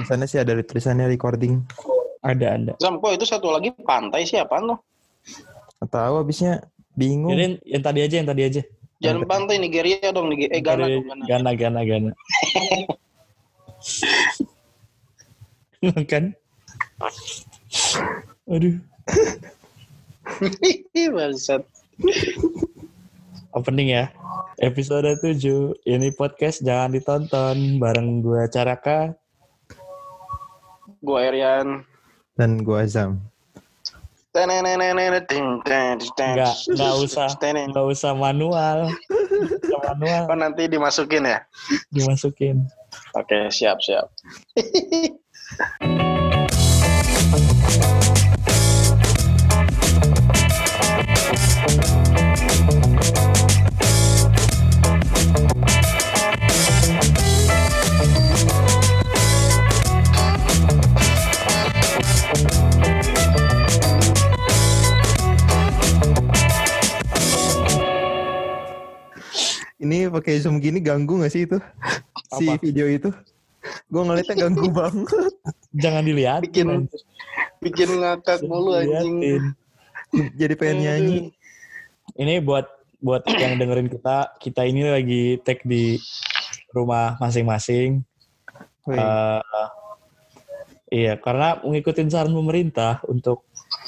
Di sana sih ada tulisannya recording. Ada. Zam, kok itu satu lagi pantai sih apaan tuh? Nggak tahu abisnya bingung. Jadi yang tadi aja. Jangan pantai Nigeria dong, Ghana dong. Ghana. Kan? Aduh. Bangsat. Opening ya. Episode 7. Ini podcast jangan ditonton bareng gue Caraka. Gue Erian. Dan gue Azam. Nggak usah manual. Oh, nanti dimasukin ya? Dimasukin. Oke, siap. Ini pakai Zoom gini ganggu gak sih itu? Si Apa? video itu? Gue ngeliatnya ganggu banget. Jangan dilihatin. Bikin ngakak mulu anjing. Jadi pengen nyanyi. Ini buat yang dengerin kita ini lagi tag di rumah masing-masing. Iya, karena mengikuti saran pemerintah untuk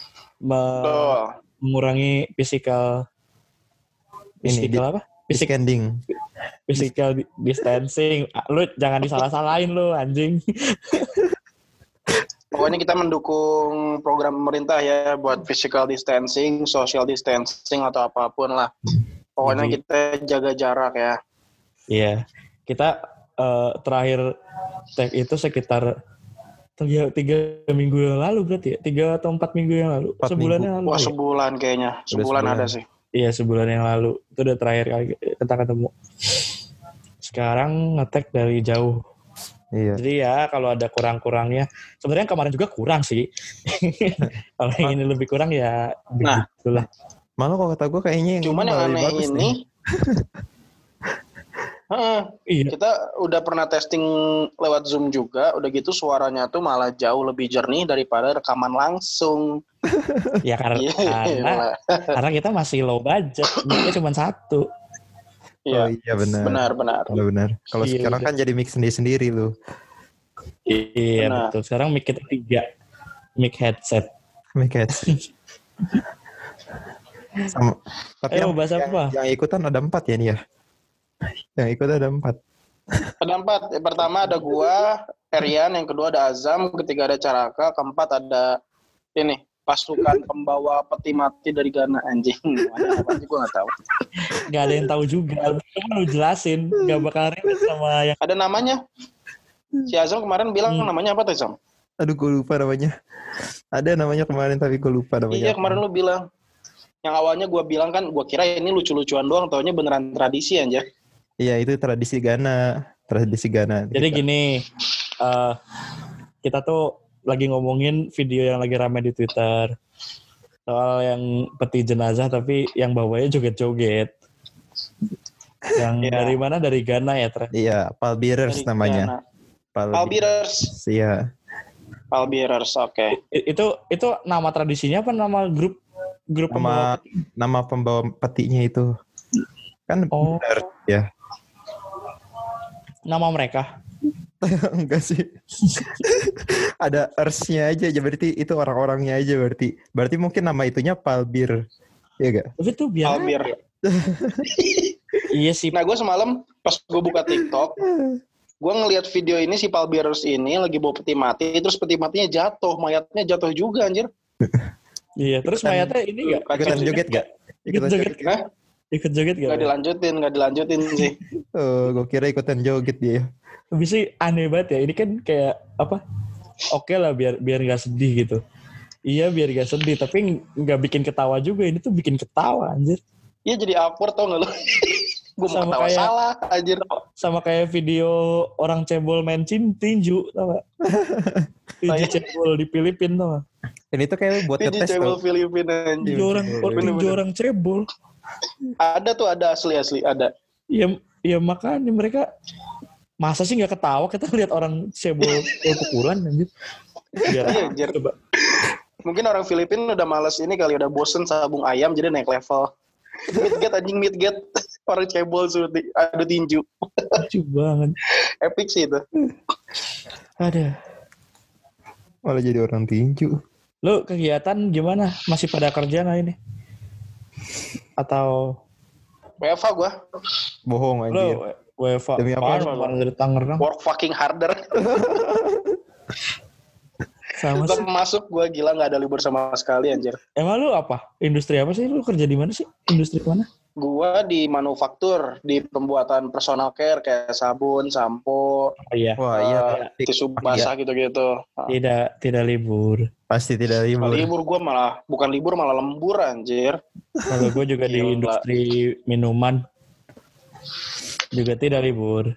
mengurangi physical apa? Physical distancing. Lu jangan disalah-salahin lu anjing. Pokoknya kita mendukung program pemerintah ya buat physical distancing, social distancing atau apapun lah. Pokoknya kita jaga jarak ya. Iya. Kita terakhir tag itu sekitar 3 minggu yang lalu berarti ya? 3 atau 4 minggu yang lalu? Sebulan yang lalu. Wah, sebulan kayaknya. Sebulan ada sih. Iya, sebulan yang lalu. Itu udah terakhir kali kita ketemu. Sekarang nge-tag dari jauh. Iya. Jadi ya kalau ada kurang-kurangnya. Sebenarnya kemarin juga kurang sih. Kalau yang ini lebih kurang ya begitulah. Malah kalau kata gue kayaknya yang cuman yang aneh ini iya. Kita udah pernah testing lewat Zoom juga. Udah gitu suaranya tuh malah jauh lebih jernih daripada rekaman langsung. Ya karena kita masih low budget, mic-nya cuma 1. Iya. Oh iya benar. Benar. Kalau sekarang kan jadi mic sendiri lu. Iya benar. Betul. Sekarang mic kita 3. Mic headset. Sama. Tapi bahas apa? Yang ikutan ada 4 ya nih ya. Yang ikut ada 4. Ada 4. Yang pertama ada gua, Erian, yang kedua ada Azam, ketiga ada Caraka, keempat ada ini pasukan pembawa peti mati dari Ghana anjing. Mana apa sih gue nggak tahu. Gak ada yang tahu juga. Lu jelasin. Gak bakal relate sama yang. Ada namanya. Si Azam kemarin bilang namanya apa tuh Azam? Aduh gue lupa namanya. Ada namanya kemarin tapi gue lupa namanya. Iya kemarin lu bilang. Yang awalnya gue bilang kan gue kira ini lucu-lucuan doang, taunya beneran tradisi aja. Iya itu tradisi Ghana. Jadi gini, kita tuh lagi ngomongin video yang lagi ramai di Twitter soal yang peti jenazah tapi yang bawahnya joget-joget. Yang dari mana? Dari Ghana ya, Tra? Iya, Pallbearers namanya. Pallbearers. Iya. Pallbearers, oke. Itu nama tradisinya apa nama grup nama pembawa petinya itu. Kan benar ya. Nama mereka? Enggak sih. Ada earth-nya aja berarti itu orang-orangnya aja berarti. Berarti mungkin nama itunya Pallbear. Iya enggak? Tapi itu biar. Pallbear. Iya sih. Nah, gue semalam pas gue buka TikTok, gue ngelihat video ini si Pallbearers ini lagi bawa peti mati, terus peti matinya jatuh, mayatnya jatuh juga anjir. Iya, terus mayatnya ini enggak? Ikutan joget enggak? Ikut joget enggak? Enggak dilanjutin sih. Oh, gue kira ikutan joget dia. Tapi sih aneh banget ya. Ini kan kayak apa? Oke lah biar nggak sedih gitu. Iya biar nggak sedih. Tapi nggak bikin ketawa juga. Ini tuh bikin ketawa anjir. Iya jadi awkward tau nggak lo? Gue mau ketawa kayak, salah anjir. Sama kayak video orang cebol main tinju tau gak? Tinju cebol di Filipina tau gak? Ini tuh kayak buat ngetes tuh. Tinju cebol Filipina anjir. Tinju orang cebol. Ada tuh, ada asli ada. Iya makanya mereka Masa sih nggak ketawa kita lihat orang cebol pukulan anjir. Biar Iya, anjir. coba. Mungkin orang Filipina udah males ini kali, udah bosen sabung ayam jadi naik level. Midget anjing midget. Orang cebol suruh adu tinju. Lucu banget. Epic sih itu. Ada. Malah jadi orang tinju. Lu kegiatan gimana? Masih pada kerja nggak ini? Atau WFH gue. Bohong lu anjir. WFA? Demi apa? Kemarin dari Tangerang. Work fucking harder. Sama sih. Tetap masuk gue gila nggak ada libur sama sekali anjir. Emang lu apa? Industri apa sih? Lu kerja di mana sih? Industri mana? Gue di manufaktur, di pembuatan personal care kayak sabun, sampo, Oh iya. Wah iya. tisu basah gitu-gitu. Tidak libur. Pasti tidak libur. Libur gue malah bukan libur malah lembur anjir. Kalau gue juga di Gila. industri minuman juga tidak libur.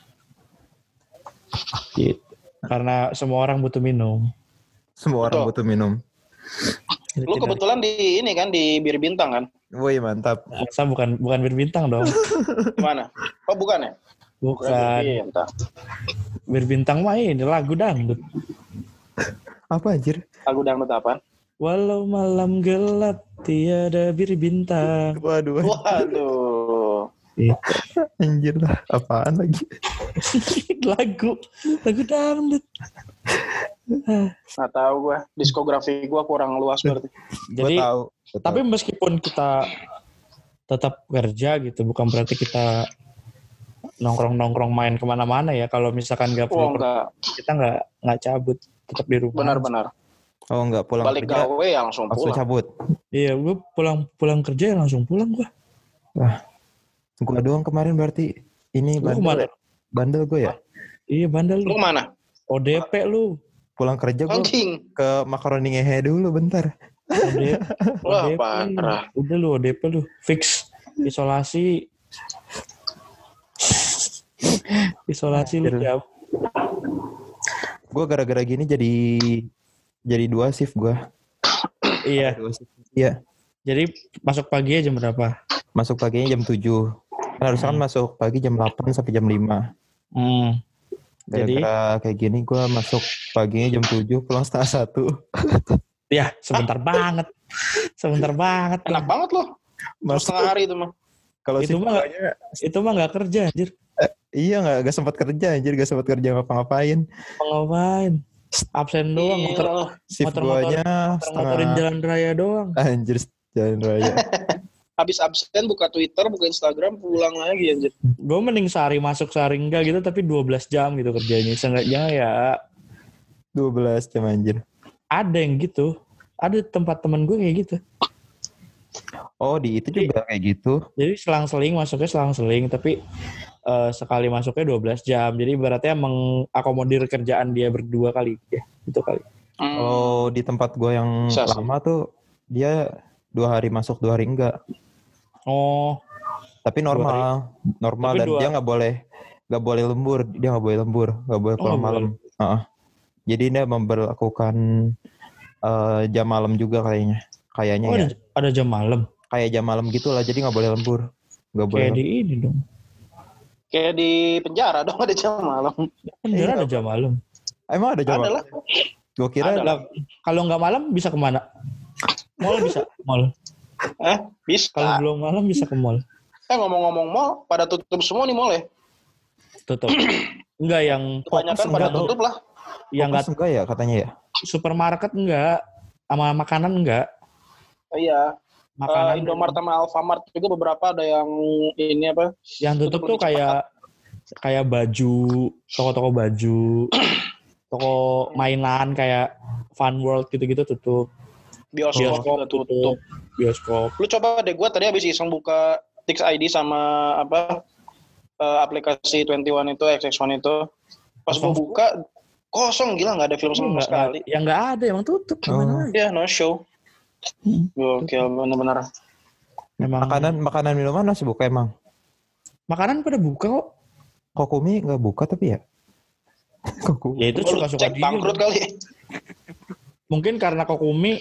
Gitu. Karena semua orang butuh minum. Semua orang Betul. butuh minum. Jadi Lu tidak- kebetulan di ini kan di Bir Bintang kan? Woi mantap. Saya bukan berbintang dong. Gimana? Oh bukan ya? Bukan. Bintang. Berbintang mah ini lagu dangdut. Apa anjir? Lagu dangdut apaan? Walau malam gelap tiada berbintang. Waduh. Waduh. Anjir lah. Apaan lagi? lagu dangdut. Nggak tahu gue. Diskografi gue kurang luas berarti. Jadi Gua tahu. tapi meskipun kita tetap kerja gitu, bukan berarti kita nongkrong main kemana-mana ya. Kalau misalkan nggak Oh perlu, enggak. kita nggak cabut, tetap di rumah. Benar-benar. Oh enggak pulang Balik kerja gawe ya langsung langsung pulang. cabut. Iya, gue pulang kerja ya langsung pulang gue. Gua doang kemarin berarti ini Lu kemana? bandel gue ya. Iya bandel Lu lu. kemana? ODP lu. Pulang kerja gue Anjing. ke makaroni ngehe dulu bentar. ODP. Wah, ODP. parah. Udah lu ODP lu. Fix. Isolasi. Isolasi lu jam. Gue gara-gara gini jadi 2 shift gue. Iya. 2 shift. Iya. Jadi masuk pagi jam berapa? Masuk paginya jam 7. Kan harusnya kan masuk pagi jam 8 sampai jam 5. Jadi? Gara-gara kayak gini gue masuk paginya jam 7 pulang setengah 1. Ya, sebentar banget. Sebentar banget. Enak banget loh. Masuk Setengah hari itu mah. kalau Itu shift mah duanya, Itu mah nggak kerja anjir. iya nggak sempat kerja anjir, gak sempat kerja ngapa-ngapain. Ngapain? Absen doang. Iya. Shift Motor-motor- guanya Motorin setengah jalan raya doang. anjir jalan raya. Habis absen buka Twitter, buka Instagram, pulang lagi anjir. Gue mending sehari masuk sehari enggak gitu, tapi 12 jam gitu kerjanya. Seenggaknya ya 12 jam anjir. ada yang gitu. Ada tempat temen gue kayak gitu. Oh di itu juga kayak gitu. Jadi selang-seling masuknya selang-seling, tapi sekali masuknya 12 jam. Jadi berarti mengakomodir kerjaan dia berdua kali ya. Itu kali. Kalau di tempat gue yang Bisa sih. lama tuh dia 2 hari masuk 2 hari enggak. Oh, Tapi normal Tapi dan dia nggak boleh lembur, nggak boleh pulang malam. Jadi dia memberlakukan jam malam juga kayaknya oh ya. ada jam malam. Kayak jam malam gitulah, jadi nggak boleh lembur, nggak boleh. Kayak di ini dong. Kayak di penjara dong ada jam malam. Penjara Iya. ada jam malam. Emang ada jam Ada malam? lah. Gue kira Ada lah. Kalau nggak malam bisa kemana? Mall bisa, mall. Bisa. Kalau belum malam bisa ke mall. Ngomong-ngomong mall, pada tutup semua nih mall ya. Tutup. Enggak yang Kebanyakan Fokus pada enggak, tutup lah. yang Fokus enggak enggak ya katanya ya. supermarket enggak, sama makanan enggak. Iya. Makanan Indomaret sama Alfamart juga beberapa ada yang ini apa? yang tutup tuh tutup lebih kayak baju, toko-toko baju, toko mainan kayak Fun World gitu-gitu tutup. Bioskop juga tutup. Bioskop. Lu coba deh, gue tadi habis iseng buka Tix ID sama aplikasi 21 itu, XX1 itu. Pas gue Kosong. buka, kosong gila, nggak ada film sama sekali. Ya enggak ada, emang tutup gimana? Iya, no show. Gokil, bener-bener. Memang Makanan minuman masih buka emang. makanan pada buka kok. Kokumi nggak buka tapi ya. Kokumi. Ya itu Lu suka-suka cek dia. bangkrut kali. Mungkin karena Kokumi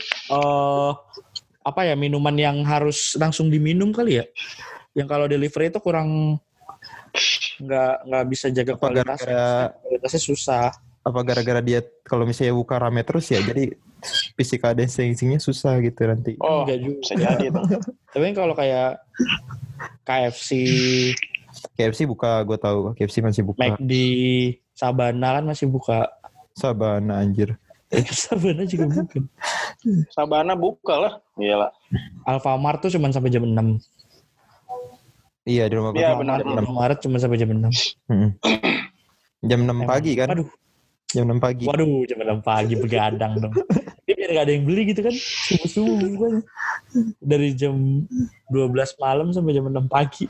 minuman yang harus langsung diminum kali ya. Yang kalau delivery itu kurang nggak bisa jaga Apa kualitasnya susah. Apa gara-gara dia kalau misalnya buka rame terus ya, jadi physical distancing-nya susah gitu nanti. Oh, Enggak juga. bisa jadi tuh. Tapi kan kalau kayak KFC, KFC buka, gue tahu KFC masih buka. McD, Sabana kan masih buka. Sabana anjir. Sabana juga bukan. Sabana buka lah. Gila. Alfamart tuh cuma sampai jam 6. Iya di rumah gue. Iya, tuh benar. Alfamart cuma sampai jam 6. Jam 6 pagi kan? Waduh. Jam 6 pagi. Waduh, jam 6 pagi begadang dong. Ini biar gak ada yang beli gitu kan. Subuh-subuh kan. Dari jam 12 malam sampai jam 6 pagi.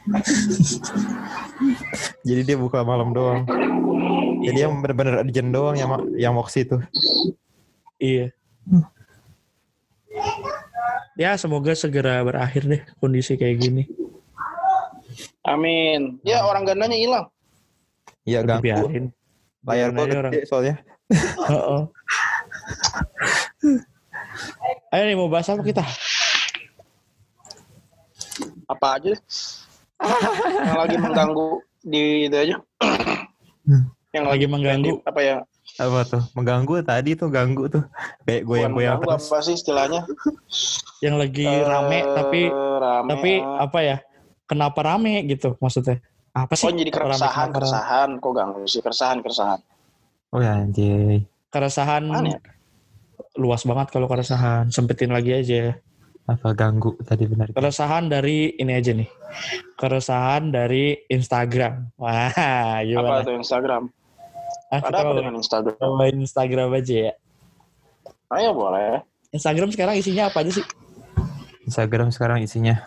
Jadi dia buka malam doang. Jadi yang benar-benar urgent doang yang moksi tuh. Iya. Ya semoga segera berakhir deh kondisi kayak gini. Amin. Ya orang gandanya hilang. Iya Tapi ganggu. biarin. Layar gue Biarin aja gede soalnya. Heeh. Ayo nih mau bahas apa kita? Apa aja deh. Yang lagi mengganggu di itu aja. Yang Lagi mengganggu. apa ya? Apa tuh? Mengganggu tadi tuh, ganggu tuh. Kayak goyang-goyang Mengganggu terus. apa sih istilahnya? Yang lagi rame Rame. tapi apa ya? Kenapa rame gitu maksudnya? Apa sih? Oh jadi Kenapa rame? keresahan. Kok ganggu sih keresahan. Oh ya anjay. Keresahan Mana ya? luas banget kalau keresahan. Sempetin lagi aja. Apa ganggu tadi benar? Keresahan dari ini aja nih. Keresahan dari Instagram. Wah, Apa gimana? tuh Instagram? Ah, Ada kita apa dengan Instagram? ngomongin Instagram aja ya. Ayo boleh. Instagram sekarang isinya apa aja sih? Instagram sekarang isinya.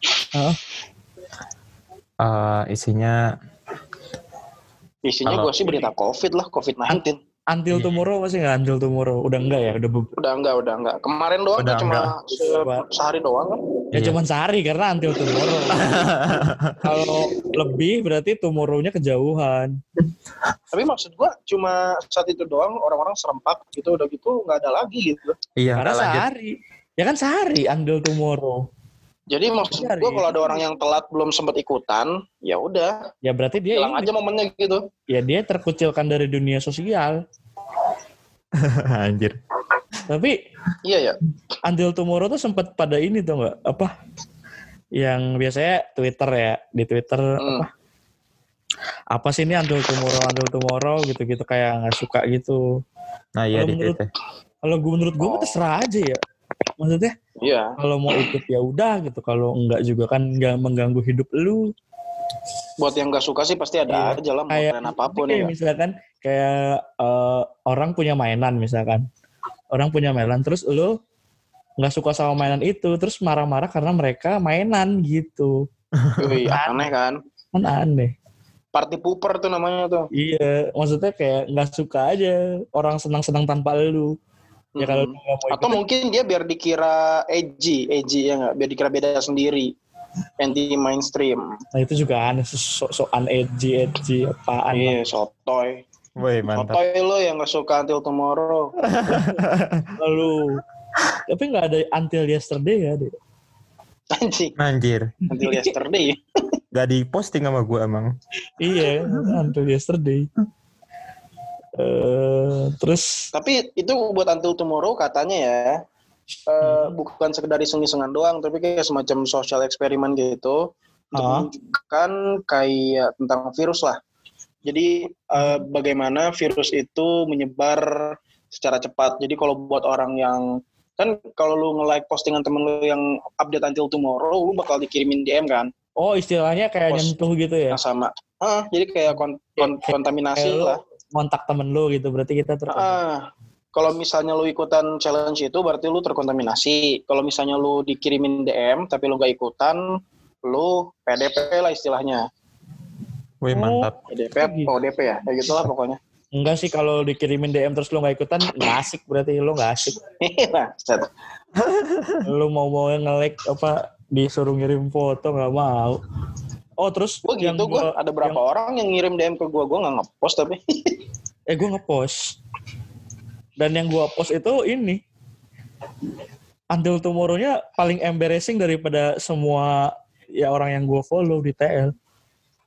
Isinya Isinya gue sih berita COVID lah, COVID-19. Until Tomorrow masih nggak Until Tomorrow? Udah enggak ya? Udah enggak. Kemarin doang Udah tuh cuma sehari doang kan. Ya Iya. cuma sehari karena Until Tomorrow. Kalau lebih berarti Tomorrow-nya kejauhan. Tapi maksud gue cuma saat itu doang orang-orang serempak gitu, udah gitu nggak ada lagi gitu. Iya, Karena nggak lanjut. sehari. Ya kan sehari Until Tomorrow. Jadi maksud Sehari. gue kalau ada orang yang telat belum sempat ikutan, ya udah Ya berarti dia hilang aja momennya gitu. ya dia terkucilkan dari dunia sosial. Anjir. Tapi Iya ya. Until Tomorrow tuh sempat pada ini tuh nggak apa? Yang biasanya Twitter ya, di Twitter apa sih ini Until Tomorrow gitu-gitu kayak nggak suka gitu. Nah iya Kalau di menurut- Twitter. Kalau menurut gue mah terserah aja ya. Maksudnya Iya. kalau mau ikut ya udah gitu. Kalau enggak juga kan nggak mengganggu hidup lu. Buat yang nggak suka sih pasti ada aja lah mau Kayak tren apapun kayak ya. misalkan kayak orang punya mainan misalkan. Orang punya mainan terus lu nggak suka sama mainan itu terus marah-marah karena mereka mainan gitu. Wih, aneh kan. Kan aneh. Party pooper tuh namanya tuh. Iya, maksudnya kayak nggak suka aja orang senang-senang tanpa lu. Ya kalau lu nggak mau Atau ikut, mungkin dia biar dikira edgy ya nggak, biar dikira beda sendiri, anti mainstream. nah itu juga aneh, sok-sokan edgy apaan. Iya, sotoy. Woi mantap. Sotoy lo yang nggak suka Until Tomorrow. Lalu tapi nggak ada Until Yesterday ya deh. Anjing, Anjir. Until Yesterday. Gak diposting sama gue emang. Iya, Until Yesterday. Terus Tapi itu buat Until Tomorrow katanya ya, bukan sekedar iseng-isengan doang, tapi kayak semacam social eksperimen gitu untuk menunjukkan kayak tentang virus lah. Jadi bagaimana virus itu menyebar secara cepat. Jadi kalau buat orang yang kan kalau lu nge-like postingan temen lu yang update Until Tomorrow, lu bakal dikirimin DM kan? oh istilahnya kayak nyentuh gitu ya. Yang sama. Jadi kayak kontaminasi Kayak lu lah. kontak temen lu gitu, berarti kita Kalau misalnya lu ikutan challenge itu berarti lu terkontaminasi. Kalau misalnya lu dikirimin DM tapi lu gak ikutan, lu PDP lah istilahnya. Woi mantap. PDP, ODP ya, kayak gitulah pokoknya. Enggak sih kalau dikirimin DM terus lu nggak ikutan nggak asik, berarti lu nggak asik. Nah, set. Lu mau nge-like apa disuruh ngirim foto nggak mau. Oh terus Gue gitu, gue ada berapa orang yang ngirim DM ke gue gak nge-post tapi. gue nge-post. Dan yang gue post itu ini Until Tomorrow-nya paling embarrassing daripada semua ya orang yang gue follow di TL.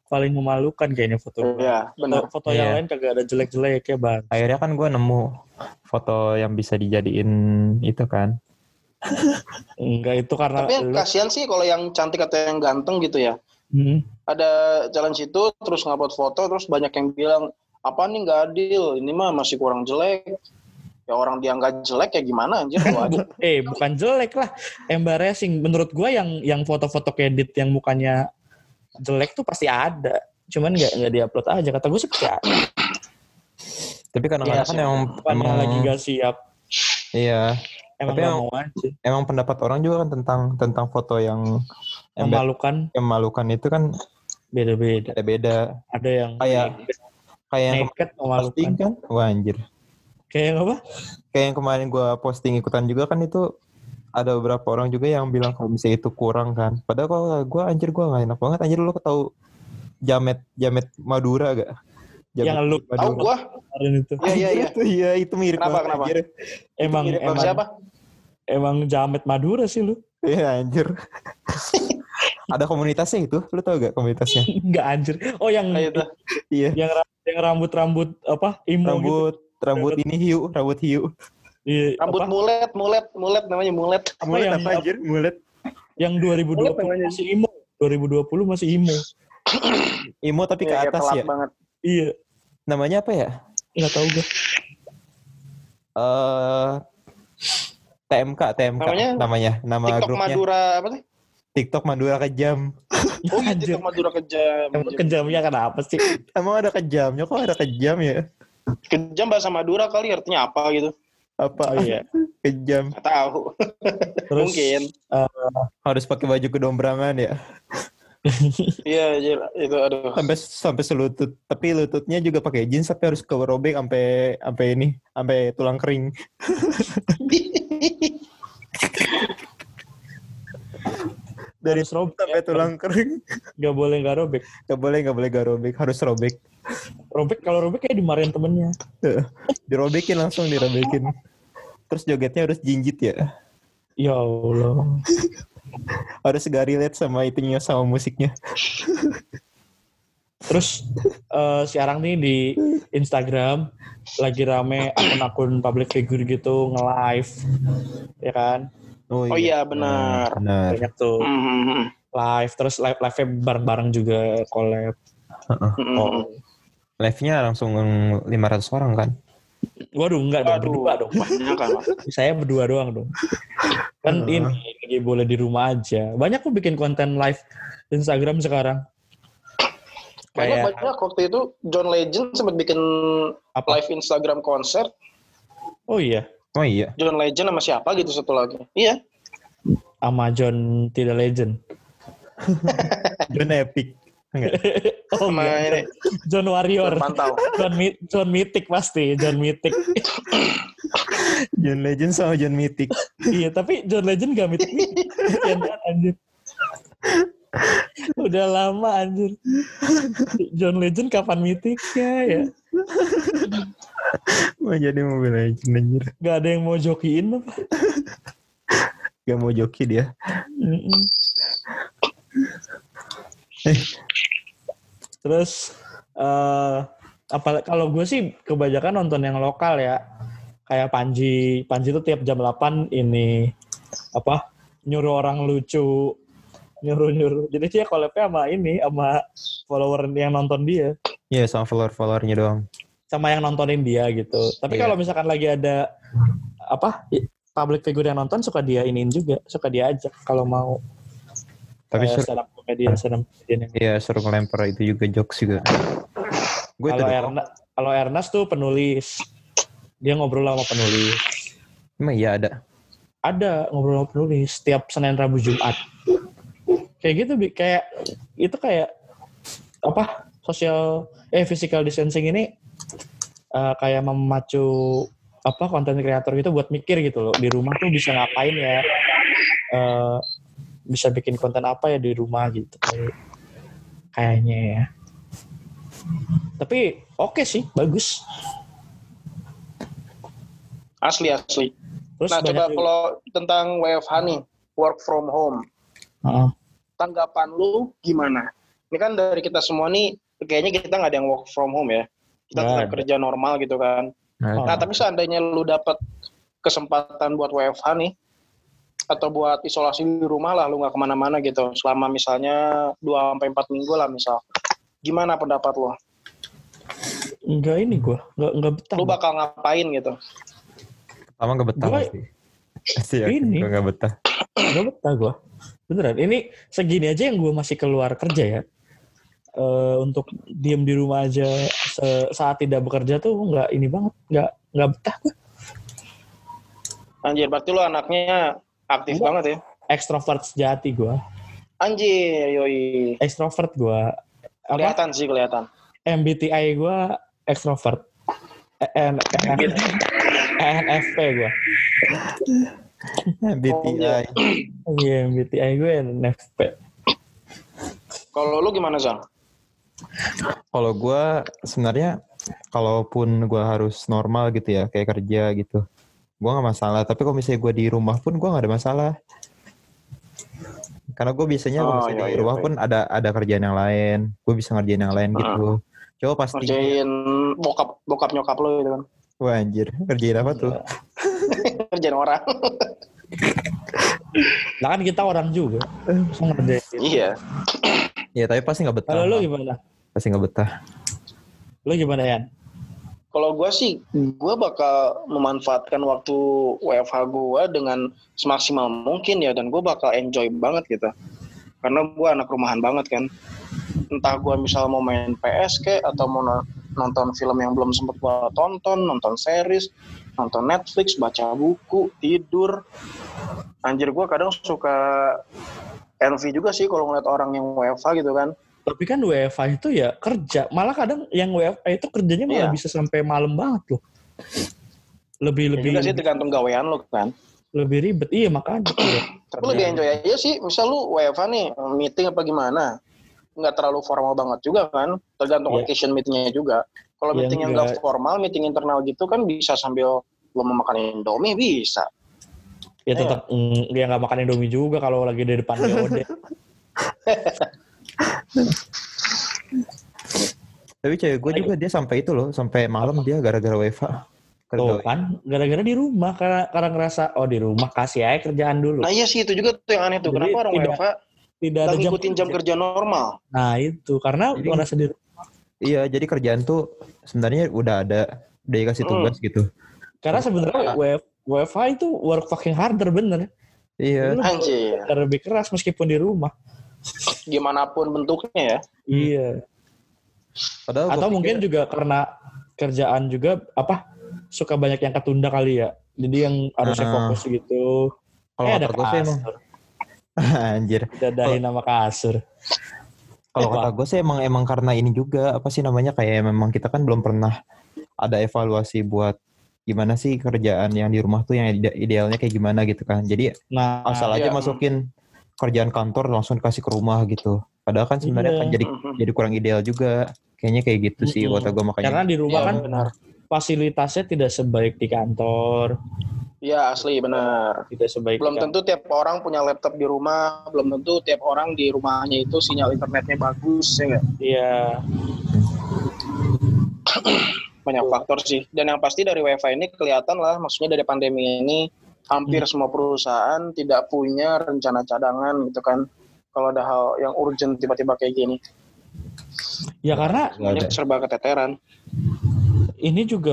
paling memalukan kayaknya foto gue. Iya, benar. Foto yang lain kagak ada jelek-jelek ya bang. Akhirnya kan gue nemu foto yang bisa dijadiin itu kan. Enggak, itu karena Tapi yang kasihan sih kalau yang cantik atau yang ganteng gitu ya. Ada jalan situ terus ngupload foto terus banyak yang bilang apa nih nggak adil, ini mah masih kurang jelek. Ya orang dia nggak jelek ya gimana anjir. Bukan jelek lah, embarrassing. Menurut gue yang foto-foto edit yang mukanya jelek tuh pasti ada, cuman nggak diupload aja. Kata gue sih pasti ada. Tapi kadang-kadang kan emang lagi nggak siap. Iya. Emang tapi nggak mau aja. Emang pendapat orang juga kan tentang foto yang memalukan itu kan beda-beda. Ada yang kayak yang naked posting kan, wah anjir. Kayak yang apa? Kayak yang kemarin gue posting ikutan juga kan, itu ada beberapa orang juga yang bilang kalau misalnya itu kurang kan. Padahal kalau gue anjir gue nggak enak banget anjir. Lu tahu Jamet Madura gak? Yang lu tahu gue kemarin itu. Iya itu mirip banget. Kenapa? Anjir. Emang siapa? Emang Jamet Madura sih lu. Iya anjir. Ada komunitasnya itu, lu tau gak komunitasnya? Enggak anjir. Oh yang itu. Iya. Yang rambut apa? Imo rambut ini rambut hiu. Iya. Rambut mulet namanya mulet. Mulet apa anjir? Mulet. Yang 2020 masih imo. 2020 masih imo. Imo tapi ke atas ya. Banget. Iya. Namanya apa ya? Enggak tahu gue. TMK namanya. Nama TikTok grupnya. Madura apa sih? TikTok Madura kejam. Oh iya, TikTok Madura kejam. Emang kejamnya kenapa sih? Emang ada kejamnya? Kok ada kejam ya? Kejam bahasa Madura kali, artinya apa gitu? Apa? Oh, iya. Kejam. Nggak tahu. Terus, mungkin. Harus pakai baju kedombrangan ya? Iya, itu aduh. Sampai selutut. Tapi lututnya juga pakai jeans, tapi harus kerobek sampai tulang kering. Dari sampai tulang kering. Gak boleh gak robek. Gak boleh gak robek. Harus robek. Kalau robek kayak dimarahin temennya. Dirobekin. Terus jogetnya harus jinjit ya. Ya Allah. Harus gak relate sama itunya, sama musiknya. Terus sekarang nih di Instagram lagi rame akun-akun public figure gitu nge-live. Ya kan? Oh iya benar. Banyak tuh live, terus live-nya bareng-bareng juga collab. Live-nya langsung 500 orang kan? Waduh, enggak dong, berdua dong. Banyak kan. Saya berdua doang dong. Kan ini lagi boleh di rumah aja. Banyak kok bikin konten live Instagram sekarang. Banyak waktu itu John Legend sempat bikin live Instagram konser. Oh iya. John Legend sama siapa gitu satu lagi. Iya. Sama John tidak legend. John Epic. Enggak. Sama ini. John Warrior. Pantau. John Mythic pasti. John Mythic. John Legend sama John Mythic. Iya, tapi John Legend gak Mythic. Anjir. Udah lama anjir. John Legend kapan Mythicnya ya? Mau jadi Mobile Legend anjir. Gak ada yang mau jokiin apa? Gak mau joki dia. Terus kalau gue sih kebanyakan nonton yang lokal ya. Kayak Panji tuh tiap jam 8 ini nyuruh orang lucu, nyuruh. Jadi dia collab-nya sama follower yang nonton dia. Iya, sama follower-followernya doang. Sama yang nontonin dia gitu. Tapi kalau misalkan lagi ada public figure yang nonton, suka dia iniin juga, suka dia ajak kalau mau. Tapi stand up comedian. Iya, suruh ngelempar itu juga jokes juga. Kalau Ernest tuh penulis. Dia ngobrol sama penulis. Emang iya ada? Ada ngobrol sama penulis setiap Senin, Rabu, Jumat. Kayak gitu, kayak itu kayak physical distancing ini kayak memacu konten kreator gitu buat mikir gitu loh, di rumah tuh bisa ngapain ya, bisa bikin konten apa ya di rumah gitu kayaknya ya. Tapi oke sih, bagus. Asli. Terus nah coba kalau tentang WFH nih, work from home. Tanggapan lu gimana? Ini kan dari kita semua nih, kayaknya kita nggak ada yang work from home ya. Kita tetap kerja normal gitu kan. Nah, tapi seandainya lu dapat kesempatan buat WFH nih, atau buat isolasi di rumah lah, lu nggak kemana-mana gitu, selama misalnya 2-4 minggu lah misal. Gimana pendapat lo? Enggak ini gue, enggak betah. Lu bakal ngapain gitu? Pertama nggak betah pasti. Pasti ya, gue nggak betah. Nggak betah gue. Beneran, ini segini aja yang gue masih keluar kerja ya. Untuk diem di rumah aja saat tidak bekerja tuh nggak ini banget, nggak betah gue. Anjir, berarti lu anaknya aktif banget ya? Extrovert sejati gue. Anjir, yoi. Extrovert gue. Kelihatan sih, kelihatan. MBTI gue extrovert. ENFP gue. MBTI. Iya, MBTI gue ENFP. Kalau lu gimana, Zal? Kalau gue sebenarnya, kalaupun gue harus normal gitu ya, kayak kerja gitu, gue nggak masalah. Tapi kalau misalnya gue di rumah pun gue nggak ada masalah. Karena gue biasanya kalau misalnya di rumah pun ada kerjaan yang lain, gue bisa ngerjain yang lain gitu. Coba pasti ngerjain bokap nyokap lo gitu kan. Wah anjir, ngerjain apa tuh? Ngerjain orang. Nah kan kita orang juga. Iya. Ya tapi pasti nggak betah. Kalau lu gimana? Pasti nggak betah. Lu gimana Yan? Kalau gue sih, gue bakal memanfaatkan waktu WFH gue dengan semaksimal mungkin ya, dan gue bakal enjoy banget gitu. Karena gue anak rumahan banget kan. Entah gue misal mau main PS atau mau nonton film yang belum sempat gue tonton, nonton series, nonton Netflix, baca buku, tidur. Anjir, gue kadang suka envy juga sih kalau ngeliat orang yang WFH gitu kan. Tapi kan WFH itu ya kerja. Malah kadang yang WFH itu kerjanya malah bisa sampai malam banget loh. Lebih juga sih tergantung gawean lo kan. Lebih ribet. Iya makanya. Tapi lebih enjoy aja sih. Misal lu WFH nih, meeting apa gimana. Nggak terlalu formal banget juga kan. Tergantung occasion meetingnya juga. Kalau meeting yang nggak formal, meeting internal gitu kan bisa sambil lo mau makan Indomie bisa. Ya tetap dia nggak makan Indomie juga kalau lagi di depan DOD. Tapi cewek gue juga dia sampai itu loh, sampai malam dia gara-gara WFH. Tuh kan, gara-gara di rumah karena ngerasa di rumah kasih aja kerjaan dulu. Nah iya sih itu juga tuh yang aneh tuh. Jadi, kenapa orang WFH tidak ada ngikutin jam kerja normal? Nah itu karena merasa di rumah. Iya, jadi kerjaan tuh sebenarnya udah dikasih tugas gitu. Karena sebenarnya WFH itu work fucking harder bener. Iya. Anjir. Lebih keras meskipun di rumah. Gimana pun bentuknya ya. Iya. Padahal atau mungkin juga karena kerjaan juga suka banyak yang ketunda kali ya. Jadi yang harusnya fokus gitu. Kalau kata gue sih emang anjir. Dadahin nama kasur. Kalau kata gue sih emang karena ini juga kayak memang kita kan belum pernah ada evaluasi buat gimana sih kerjaan yang di rumah tuh yang idealnya kayak gimana gitu kan. Jadi asal aja masukin kerjaan kantor langsung dikasih ke rumah gitu. Padahal kan sebenarnya kan jadi kurang ideal juga. Kayaknya kayak gitu sih kata gue makanya. Karena di rumah kan fasilitasnya tidak sebaik di kantor. Iya asli benar. Tidak sebaik. Belum tentu tiap orang punya laptop di rumah. Belum tentu tiap orang di rumahnya itu sinyal internetnya bagus ya nggak? Iya. Banyak faktor sih. Dan yang pasti dari WiFi ini kelihatan lah. Maksudnya dari pandemi ini hampir semua perusahaan tidak punya rencana cadangan gitu kan. Kalau ada hal yang urgent tiba-tiba kayak gini. Ya karena banyak serba keteteran. Ini juga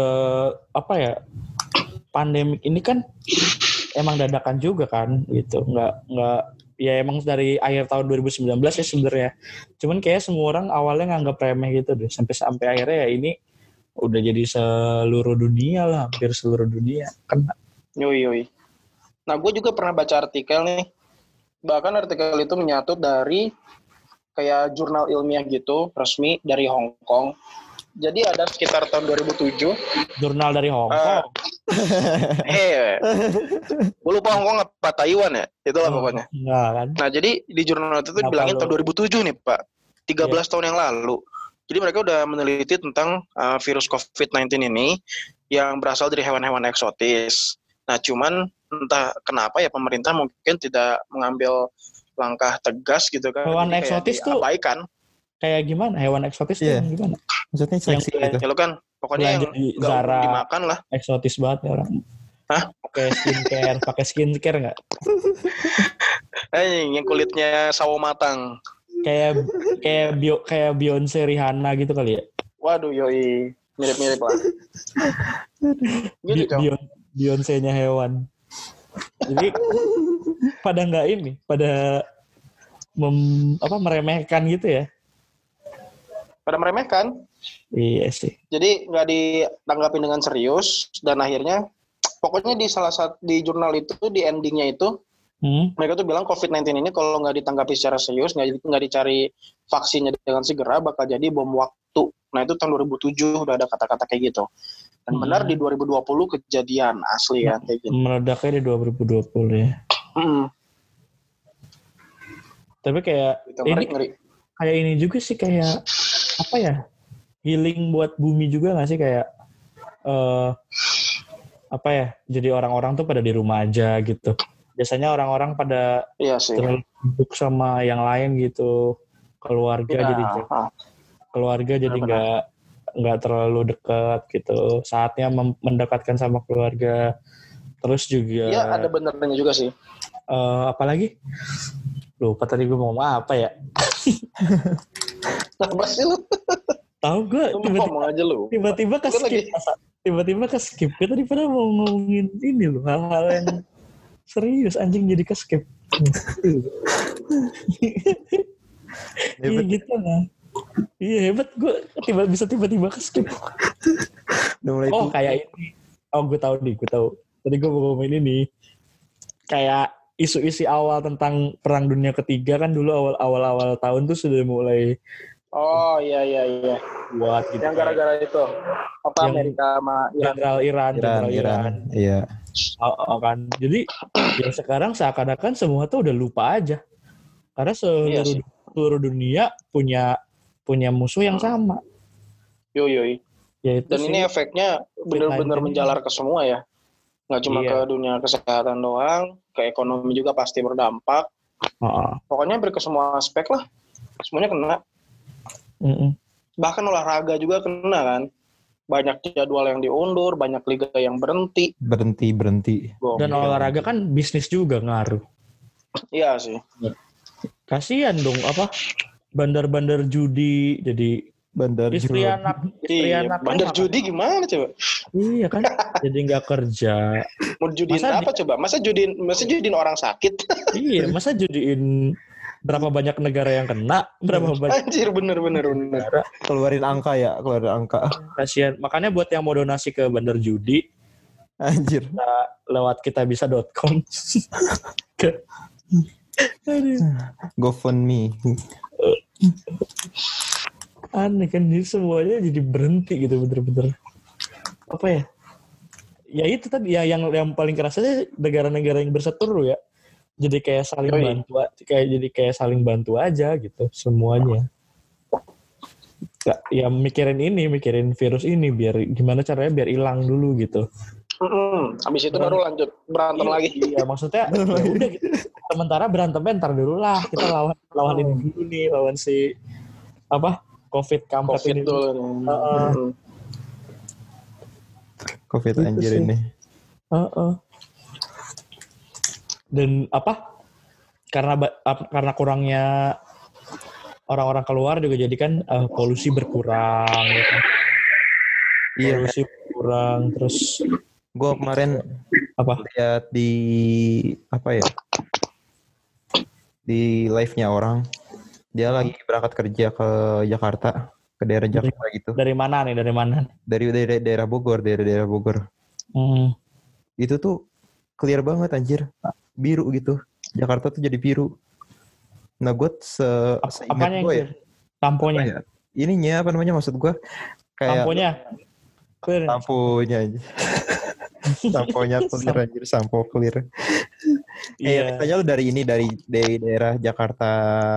pandemik ini kan emang dadakan juga kan gitu. Nggak ya emang dari akhir tahun 2019 ya sebenarnya. Cuman kayak semua orang awalnya nganggap remeh gitu deh. Sampai akhirnya ya ini udah jadi seluruh dunia lah, hampir seluruh dunia kena. Yoi. Nah, gue juga pernah baca artikel nih. Bahkan artikel itu menyatut dari kayak jurnal ilmiah gitu, resmi dari Hong Kong. Jadi ada sekitar tahun 2007. Jurnal dari Hong Kong? Gue lupa Hong Kong apa Taiwan ya? Itulah pokoknya. Enggak kan. Nah, jadi di jurnal itu dibilangin tahun 2007 nih, Pak. 13 tahun yang lalu. Jadi mereka udah meneliti tentang virus COVID-19 ini yang berasal dari hewan-hewan eksotis. Nah, cuman entah kenapa ya pemerintah mungkin tidak mengambil langkah tegas gitu kan. Hewan eksotis tuh abaikan. kayak gimana? Hewan eksotis tuh Iya. yang gimana? Maksudnya seleksi Yang- gitu. Ya lu kan pokoknya yang Belanja di nggak umum Zara. dimakan lah. Eksotis banget ya orang. Hah? Pakai skincare nggak? Yang kulitnya sawo matang. Kayak Beyonce, Rihanna gitu kali ya. Waduh, yoi. Mirip-mirip lah. Gitu, Cong. Beyonce-nya hewan. Jadi pada nggak ini, pada meremehkan gitu ya. Pada meremehkan. Iya sih. Jadi nggak ditanggapi dengan serius dan akhirnya pokoknya di jurnal itu di endingnya itu mereka tuh bilang COVID-19 ini kalau nggak ditanggapi secara serius, nggak dicari vaksinnya dengan segera bakal jadi bom waktu. Nah itu tahun 2007 udah ada kata-kata kayak gitu. Dan benar di 2020 kejadian asli kan kayak gitu. Meledaknya di 2020 ya. Tapi kayak Gitu, ngeri. Kayak ini juga sih kayak apa ya? Healing buat bumi juga nggak sih kayak apa ya? Jadi orang-orang tuh pada di rumah aja gitu. Biasanya orang-orang pada terlalu sibuk sama yang lain gitu. Keluarga jadi nggak terlalu dekat gitu. Saatnya mendekatkan sama keluarga. Terus juga ya ada benernya juga sih. Apalagi lupa tadi gue mau ngomong apa ya. Apa sih lu? Tahu gue tiba-tiba ke skip. Gue tadi pada mau ngomongin ini loh, hal-hal yang serius anjing jadi ke skip. Iya gitu lah. Iya hebat gue bisa tiba-tiba ke skip. Kayak ini. Gue tahu. Tadi gue mau ngomongin ini. Kayak isu-isu awal tentang Perang Dunia Ketiga kan dulu awal tahun tuh sudah mulai. Oh iya. Buat gitu. Yang gara-gara itu apa yang Amerika sama Jenderal Iran. Iya. Kan. Jadi ya sekarang seakan-akan semua tuh udah lupa aja. Karena seluruh dunia punya musuh yang sama. Yoi. Ya, dan ini efeknya benar-benar menjalar ke semua ya. Nggak cuma ke dunia kesehatan doang, ke ekonomi juga pasti berdampak. Pokoknya hampir ke semua aspek lah. Semuanya kena. Bahkan olahraga juga kena kan. Banyak jadwal yang diundur, banyak liga yang berhenti. Dan olahraga kan bisnis juga ngaruh. Iya sih. Kasian dong bandar-bandar judi jadi istri anak bandar judi gimana coba? Iya kan jadi nggak kerja. Mau judiin apa coba? Masa judiin orang sakit? Iya, masa judiin berapa banyak negara yang kena, berapa banyak. Anjir bener. Keluarin angka. Kasian. Makanya buat yang mau donasi ke bandar judi, anjir. Lewat kitabisa.com. GoFundMe. Aneh kan, jadi semuanya jadi berhenti gitu bener-bener. Apa ya? Ya itu tadi ya yang paling kerasanya negara-negara yang berseteru ya. Jadi kayak saling bantu aja gitu semuanya. Ya mikirin virus ini biar gimana caranya biar hilang dulu gitu. Habis itu baru lanjut berantem lagi. Iya maksudnya ya udah gitu. Sementara berantemnya ntar dulu lah, kita lawan ini dulu nih, lawan si COVID kampret ini dulu. COVID gitu anjir sih. Ini. Dan karena kurangnya orang-orang keluar juga jadi kan polusi berkurang gitu. Iya, polusi berkurang terus gue kemarin lihat di live-nya orang, dia lagi berangkat kerja ke Jakarta, ke daerah Jakarta gitu. Dari mana nih? Dari daerah Bogor, daerah Bogor. Itu tuh clear banget anjir, biru gitu. Jakarta tuh jadi biru. Nah gue seingat gue ya. Lampunya. Ininya apa namanya maksud gue? Kayak lampunya aja. Samponya clear anjir, sampo clear. Misalnya lu dari daerah Jakarta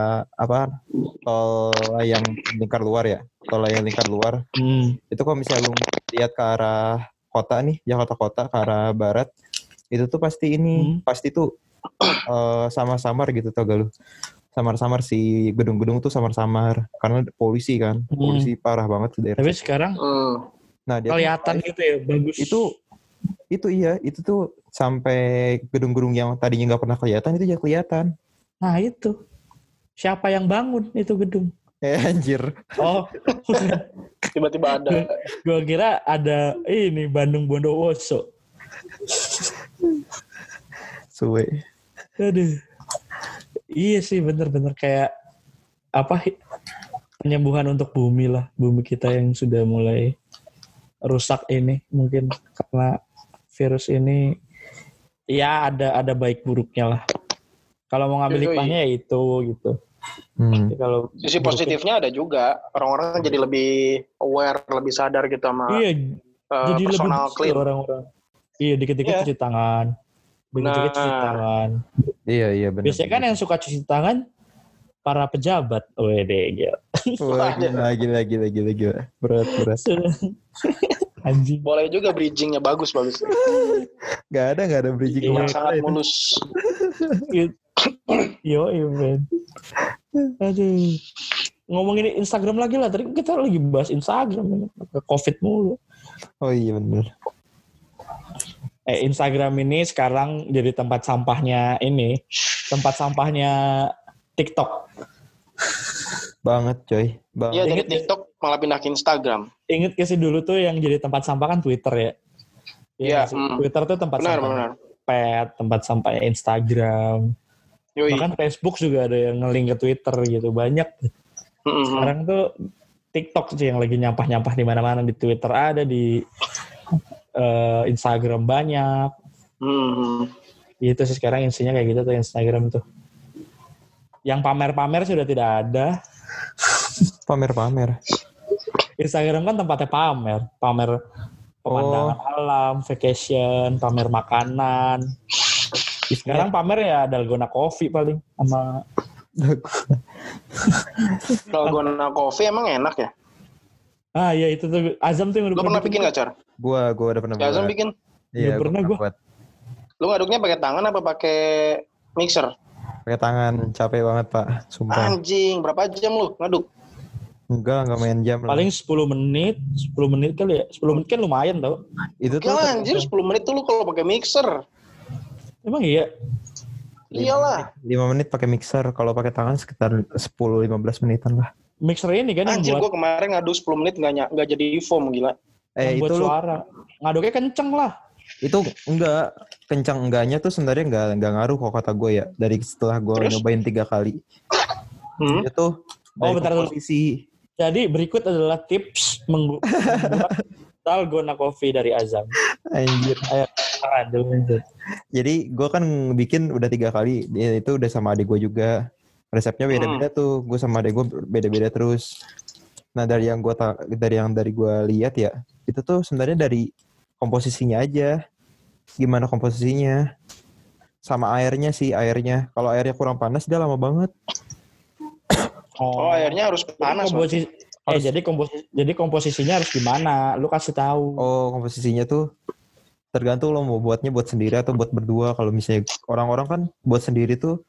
tol yang lingkar luar ya, itu kalau misalnya lu lihat ke arah kota nih, Jakarta Kota ke arah barat, itu tuh pasti tuh sama samar gitu, tau gak lu? samar-samar sih, gedung-gedung tuh samar-samar karena polusi kan. Polusi parah banget di daerah. Tapi sekarang nah, dia kelihatan tuh, gitu ya, bagus. Itu iya, itu tuh sampai gedung-gedung yang tadinya nggak pernah kelihatan itu jadi kelihatan. Nah itu, siapa yang bangun itu gedung? Anjir. Oh, Tiba-tiba ada. Gua kira ada ini Bandung Bondowoso. Suwe. Aduh. Iya sih, bener-bener kayak apa, penyembuhan untuk bumi lah, bumi kita yang sudah mulai rusak ini mungkin karena virus ini. Ya ada baik buruknya lah. Kalau mau ngambil hikmahnya ya itu gitu. Jadi kalau sisi positifnya ada juga, orang-orang jadi lebih aware, lebih sadar gitu sama jadi personal lebih clean orang-orang. Iya, dikit-dikit cuci tangan. Dikit-dikit cuci tangan. Iya benar. Biasanya kan yang suka cuci tangan para pejabat. Wede, gila. Wah, gila. Berat. Anjing. Boleh juga bridgingnya bagus. Gak ada bridging. Yang sangat mulus. Yo, men. Aduh. Ngomongin Instagram lagi lah. Tadi kita lagi bahas Instagram. Covid mulu. Oh iya benar. Instagram ini sekarang jadi tempat sampahnya TikTok. Banget coy. Iya, dari TikTok malah pindah ke Instagram. Ingat gak sih dulu tuh yang jadi tempat sampah kan Twitter ya? Iya. Twitter tuh tempat sampah. Tempat sampah Instagram. Yoi. Bahkan Facebook juga ada yang nge-link ke Twitter gitu, banyak. Sekarang tuh TikTok sih yang lagi nyampah-nyampah di mana-mana. Di Twitter ada, di Instagram banyak. Gitu sih sekarang isinya kayak gitu tuh Instagram tuh. Yang pamer-pamer sudah tidak ada. Pamer. Instagram kan tempatnya pamer pemandangan alam, vacation, pamer makanan. Sekarang pamer ya dalgona coffee paling sama dalgona coffee emang enak ya? Ah iya itu tuh Azam tuh yang udah pernah bikin nggak, Car? Gua udah pernah. Azam bikin? Iya, pernah gua. Lu ngaduknya pakai tangan apa pakai mixer? Pakai tangan, capek banget Pak, sumpah. Anjing, berapa jam lu ngaduk? Enggak main jam lah. Paling 10 menit kali ya. 10 menit kan lumayan tau. Itu tuh anjir 10 menit tuh lu kalau pakai mixer. Emang iya? Iyalah. 5 menit pakai mixer, kalau pakai tangan sekitar 10-15 menitan lah. Mixer ini kan anjir, yang buat... Gue kemarin ngadu 10 menit nggak jadi foam, gila. Yang buat suara. Ngaduknya kenceng lah. Itu enggak, kencang enggaknya tuh sebenarnya enggak ngaruh kok kata gue ya. Dari setelah gue nyobain 3 kali. Itu bentar komposisi. Jadi berikut adalah tips membuat dalgona coffee dari Azam. Anjir. Jadi gue kan bikin udah 3 kali. Itu udah sama adik gue juga. Resepnya beda-beda tuh. Gue sama adik gue beda-beda terus. Nah dari yang gue lihat ya, itu tuh sebenarnya dari komposisinya aja. Gimana komposisinya? Sama airnya. Kalau airnya kurang panas dia lama banget. Oh, airnya harus panas. Jadi komposisinya harus gimana? Lu kasih tahu. Oh, komposisinya tuh tergantung lo mau buatnya buat sendiri atau buat berdua. Kalau misalnya orang-orang kan buat sendiri tuh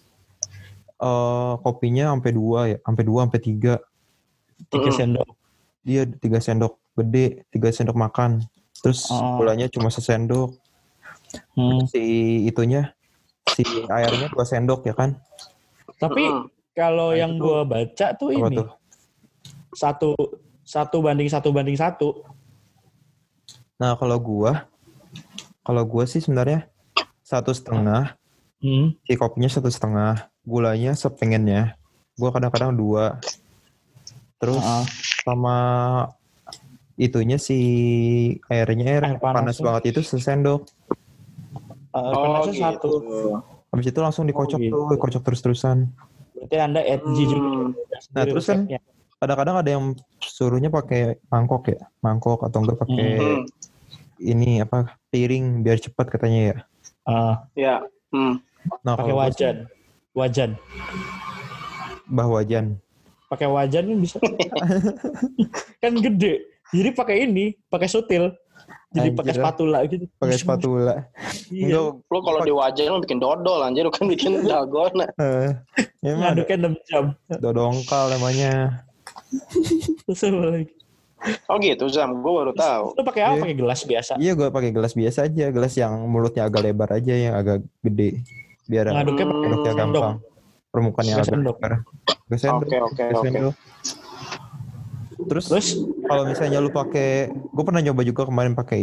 kopinya sampai 2 ya, sampai 3. 3 sendok. Iya, 3 sendok gede, 3 sendok makan. Terus gulanya cuma 1 sendok. Si airnya 2 sendok ya kan? Tapi kalau yang gue baca tuh ini tuh? 1:1. Nah kalau gue sih sebenarnya 1,5. Si kopinya 1,5. Gulanya sepengennya. Gue kadang-kadang 2. Terus sama itunya si air panas banget itu 1 sendok. Panasnya 1. Habis itu langsung dikocok dikocok terus-terusan. Berarti Anda edgy juga. Nah terus kan kadang-kadang ada yang suruhnya pakai mangkok atau enggak pakai ini piring biar cepat katanya ya. Ya. Nah, pakai wajan. Wajan. Pakai wajan kan bisa. Kan gede. Jadi pakai sutil. Jadi pakai spatula gitu. Pakai spatula. Iya. Lo kalau di wajan lo bikin dodol anjir, lo kan bikin dalgona. Emang Ngaduknya 6 jam. dodongkal namanya. Terus apa lagi? Oh gitu Zam, gue baru tahu. Lu pakai apa? Iya. Pakai gelas biasa. Iya, gue pakai gelas biasa aja, gelas yang mulutnya agak lebar aja, yang agak gede, biar Ngaduknya pakai ngaduknya sendok. gampang. Permukaannya Pakai agak sendok. lebar. Pakai sendok. Oke. pakai sendok. Terus kalau misalnya lu pakai, gue pernah nyoba juga kemarin pakai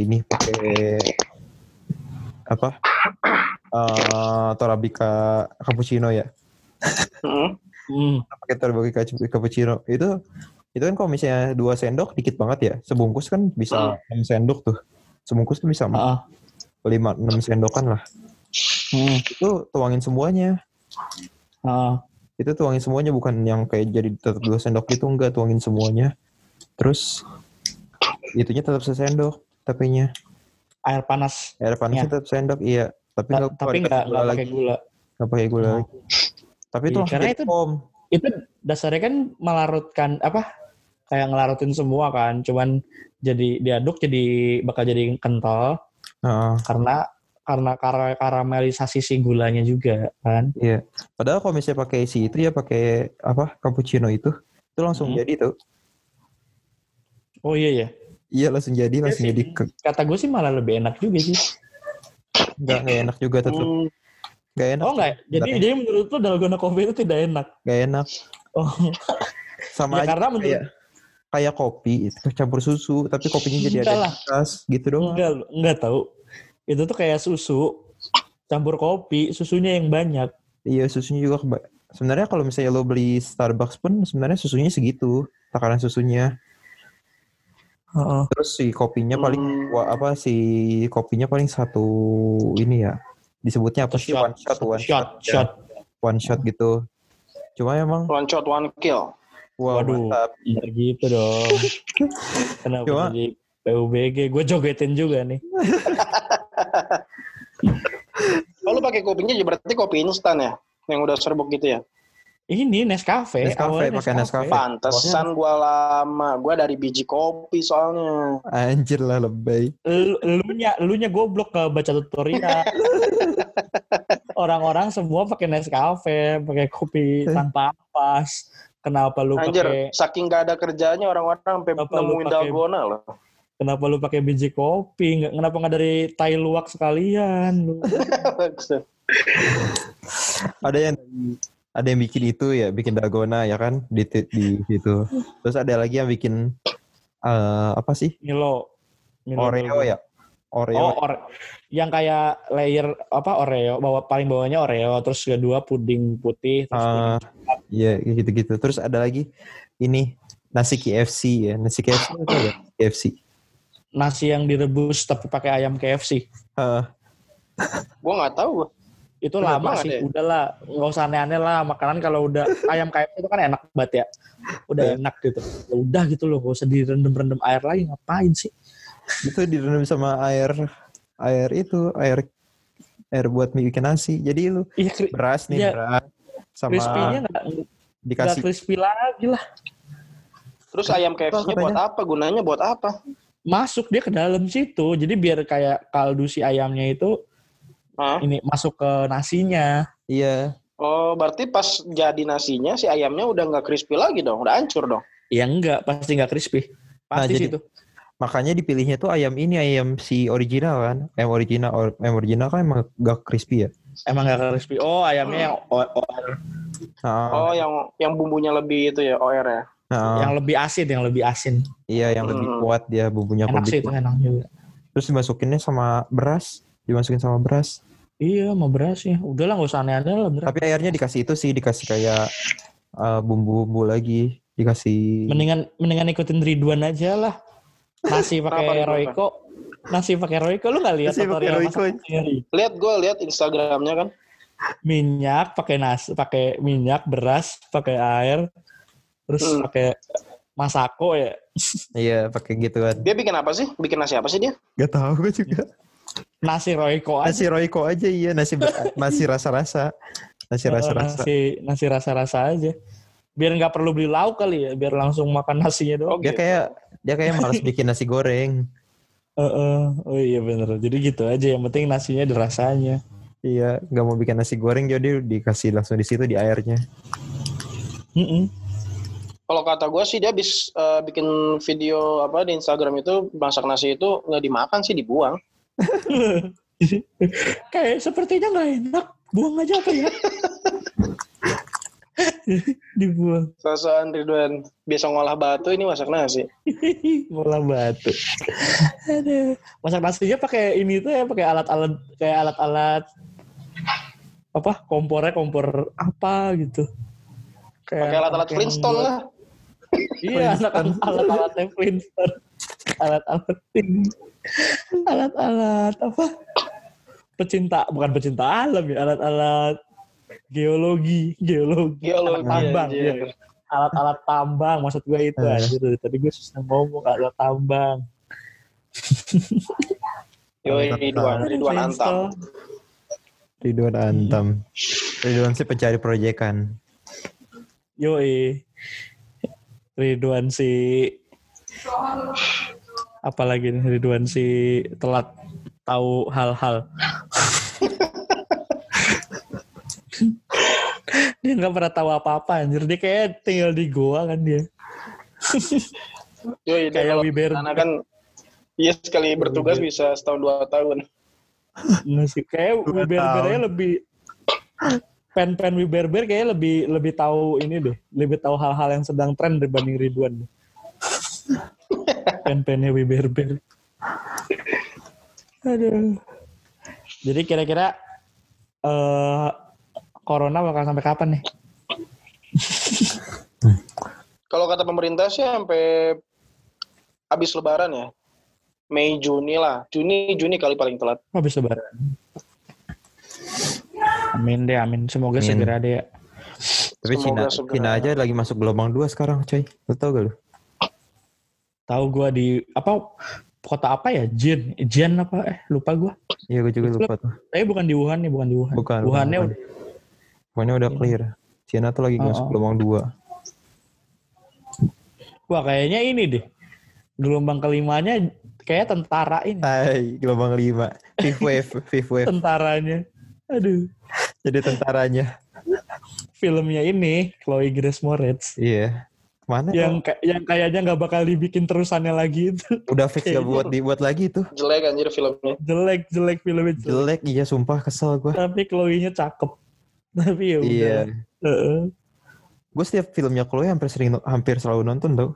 apa? Torabika cappuccino ya. Pakai Torabika cappuccino itu kan kalau misalnya 2 sendok dikit banget ya. Sebungkus kan bisa 6 sendok tuh. Sebungkus tuh bisa 5-6 sendokan lah. Itu tuangin semuanya. Itu tuangin semuanya, bukan yang kayak jadi tetap 2 sendok gitu, enggak, tuangin semuanya. Terus itunya tetap sesendok, tapinya. Air panas. Air panasnya tetap sendok, iya. Tapi enggak pakai gula. Enggak pakai gula lagi. Tapi itu langsung karena jadi foam. Itu dasarnya kan melarutkan kayak ngelarutin semua kan, cuman jadi diaduk bakal jadi kental. Karena karamelisasi si gulanya juga kan. Iya. Padahal kalau misalnya pakai pakai cappuccino itu langsung jadi tuh. Oh iya ya. Iya, langsung jadi. Kata gue sih malah lebih enak juga sih. Enggak enak juga tetap. Enggak enak. Oh enggak. Jadi menurut lu dalgona coffee itu tidak enak. Enggak enak. Oh. Sama aja karena kayak kopi itu campur susu, tapi kopinya jadi ada tas gitu doang. Enggak tahu. Itu tuh kayak susu campur kopi, susunya yang banyak. Iya, susunya juga sebenarnya kalau misalnya lo beli Starbucks pun sebenarnya susunya segitu, takaran susunya. Terus si kopinya paling satu ini ya. Disebutnya apa sih? One shot gitu. Cuma emang one shot one kill. Wah, mantap. Gitu dong. Kenapa jadi PUBG? Gue jogetin juga nih. Kalau pakai kopinya berarti kopi instan ya? Yang udah serbuk gitu ya? Ini Nescafe. Pakai Nescafe. Pantesan gue lama. Gue dari biji kopi soalnya. Anjir lah, lebay. Elunya goblok ke baca tutorial. Orang-orang semua pakai Nescafe, pakai kopi tanpa ampas. Kenapa lu pakai? Saking gak ada kerjanya orang-orang sampai nemuin dalgona loh. Kenapa lu pakai biji kopi? Kenapa nggak dari tai luwak sekalian lu? Ada yang bikin itu ya, bikin dalgona ya kan di situ. Terus ada lagi yang bikin apa sih? Milo Oreo ya. Oreo. Yang kayak layer Oreo, paling bawahnya Oreo, terus kedua puding putih, terus iya gitu-gitu. Terus ada lagi ini nasi KFC ya. Nasi KFC itu ada KFC. Nasi yang direbus tapi pakai ayam KFC. Gue nggak tahu. Itu lama sih. Ya? Udahlah, nggak usah aneh-aneh lah. Makanan kalau udah ayam KFC itu kan enak banget ya. Udah enak gitu. Ya udah gitu loh. Gak usah direndam-rendam air lagi. Ngapain sih? Itu direndam sama air buat bikin nasi. Jadi lu beras beras sama crispy-nya dikasih crispy lagi lah. Terus ayam KFC-nya buat apa? Gunanya buat apa? Masuk dia ke dalam situ. Jadi biar kayak kaldu si ayamnya itu ini masuk ke nasinya. Iya. Oh, berarti pas jadi nasinya si ayamnya udah nggak crispy lagi dong, udah hancur dong. Ya enggak, pasti nggak crispy. Pasti situ. Makanya dipilihnya tuh ayam si original kan. Ayam original kan emang gak crispy ya. Emang gak crispy. Oh, ayamnya yang OR. Oh, yang bumbunya lebih itu ya, OR ya. Yang lebih asin. Iya, yang lebih kuat dia bumbunya. Enak sih itu, enak juga. Terus dimasukin sama beras. Iya, sama beras ya. Udahlah, nggak usah aneh-aneh lah. Beras. Tapi airnya dikasih kayak bumbu-bumbu lagi. Dikasih. Mendingan ikutin Ridwan aja lah. Nasi pakai Royco. Lu nggak lihat tutorial masaknya? Lihat Instagramnya kan. Minyak, pakai minyak, beras, pakai air. Terus pakai masako ya. Iya, pakai gitu kan. Dia bikin apa sih? Bikin nasi apa sih dia? Gak tahu gue juga. Nasi Royco aja, iya. Nasi rasa-rasa. Nasi rasa-rasa aja. Biar nggak perlu beli lauk kali ya, biar langsung makan nasinya doang. Dia kayak malas bikin nasi goreng. Oh iya bener. Jadi gitu aja. Yang penting nasinya ada rasanya. Iya, nggak mau bikin nasi goreng jadi dikasih langsung di situ di airnya. Kalau kata gue sih dia habis bikin video apa di Instagram itu masak nasi itu nggak dimakan sih, dibuang. Kayak sepertinya nggak enak. Buang aja apa ya? Dibuang. Sosokan Ridwan biasa ngolah batu, ini masak nasi. Bola batu. Aduh. Masak nasinya pakai ini tuh ya, pakai alat-alat kayak alat-alat apa? Kompor apa gitu. Pakai alat-alat Flintstone lah. Iya, alat-alat Flintstone. Alat-alat apa? Bukan pecinta alam ya, alat-alat geologi alat tambang ya. Alat-alat tambang maksud gue itu anjir. Tadi gue susah ngomong alat tambang. Ridwan Antam. Ridwan sih pencari proyekan. Ridwan si apalagi nih, Ridwan si telat tahu hal-hal. Dia nggak pernah tahu apa-apa anjir. Dia kayak tinggal di goa kan dia. Kayak Wiber. Karena kan iya sekali bertugas bisa setahun 2 tahun. Nggak sih, kayak Wiberbernya lebih pen Wiberber kayak lebih tahu ini deh, lebih tahu hal-hal yang sedang tren dibanding Ridwan. Pen-pennya Wiberber. Aduh. Jadi kira-kira corona bakal sampai kapan nih? Kalau kata pemerintah sih sampai habis Lebaran ya. Mei Juni lah. Juni kali paling telat. Habis Lebaran. Amin. Semoga segera ada ya. Tapi Cina aja lagi masuk gelombang 2 sekarang, coy. Lu tau gak lu? Tahu gua di kota apa ya? Jian apa? Lupa gua. Iya, gua juga lupa tuh. Tapi bukan di Wuhan nih, bukan di Wuhan. Wuhannya udah clear. Cina tuh lagi masuk gelombang 2. Wah, kayaknya ini deh. Gelombang kelimanya kayak tentara ini. Gelombang 5. Fifth wave. Tentaranya. Aduh. Jadi tentaranya. Filmnya ini Chloe Grace Moretz. Iya. Mana? Yang kayaknya nggak bakal dibikin terusannya lagi itu. Udah fix gak buat dibuat lagi tuh. Jelek anjir filmnya. Jelek filmnya. Jelek, iya sumpah kesel gue. Tapi Chloe-nya cakep. Tapi ya udah. Iya. Gue setiap filmnya Chloe hampir selalu nonton tau.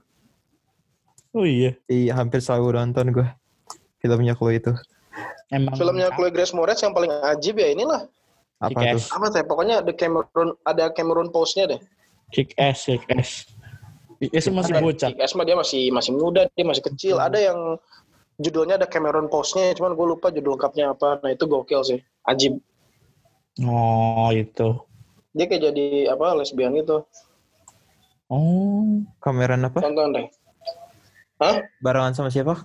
Oh iya. Iya, hampir selalu nonton gue filmnya Chloe itu. Emang filmnya Chloe Grace Moretz yang paling ajib ya inilah. Apa tuh? Apa tuh? Pokoknya ada Cameron Pose-nya deh. Kick-Ass. Kick-Ass masih bocah. Kick-Ass mah dia masih muda, dia masih kecil. Ada yang judulnya ada Cameron Pose-nya, cuman gue lupa judul lengkapnya apa. Nah itu gokil sih, ajib. Oh itu. Dia kayak jadi lesbian gitu. Oh, Cameron apa? Tonton deh. Hah? Barengan sama siapa?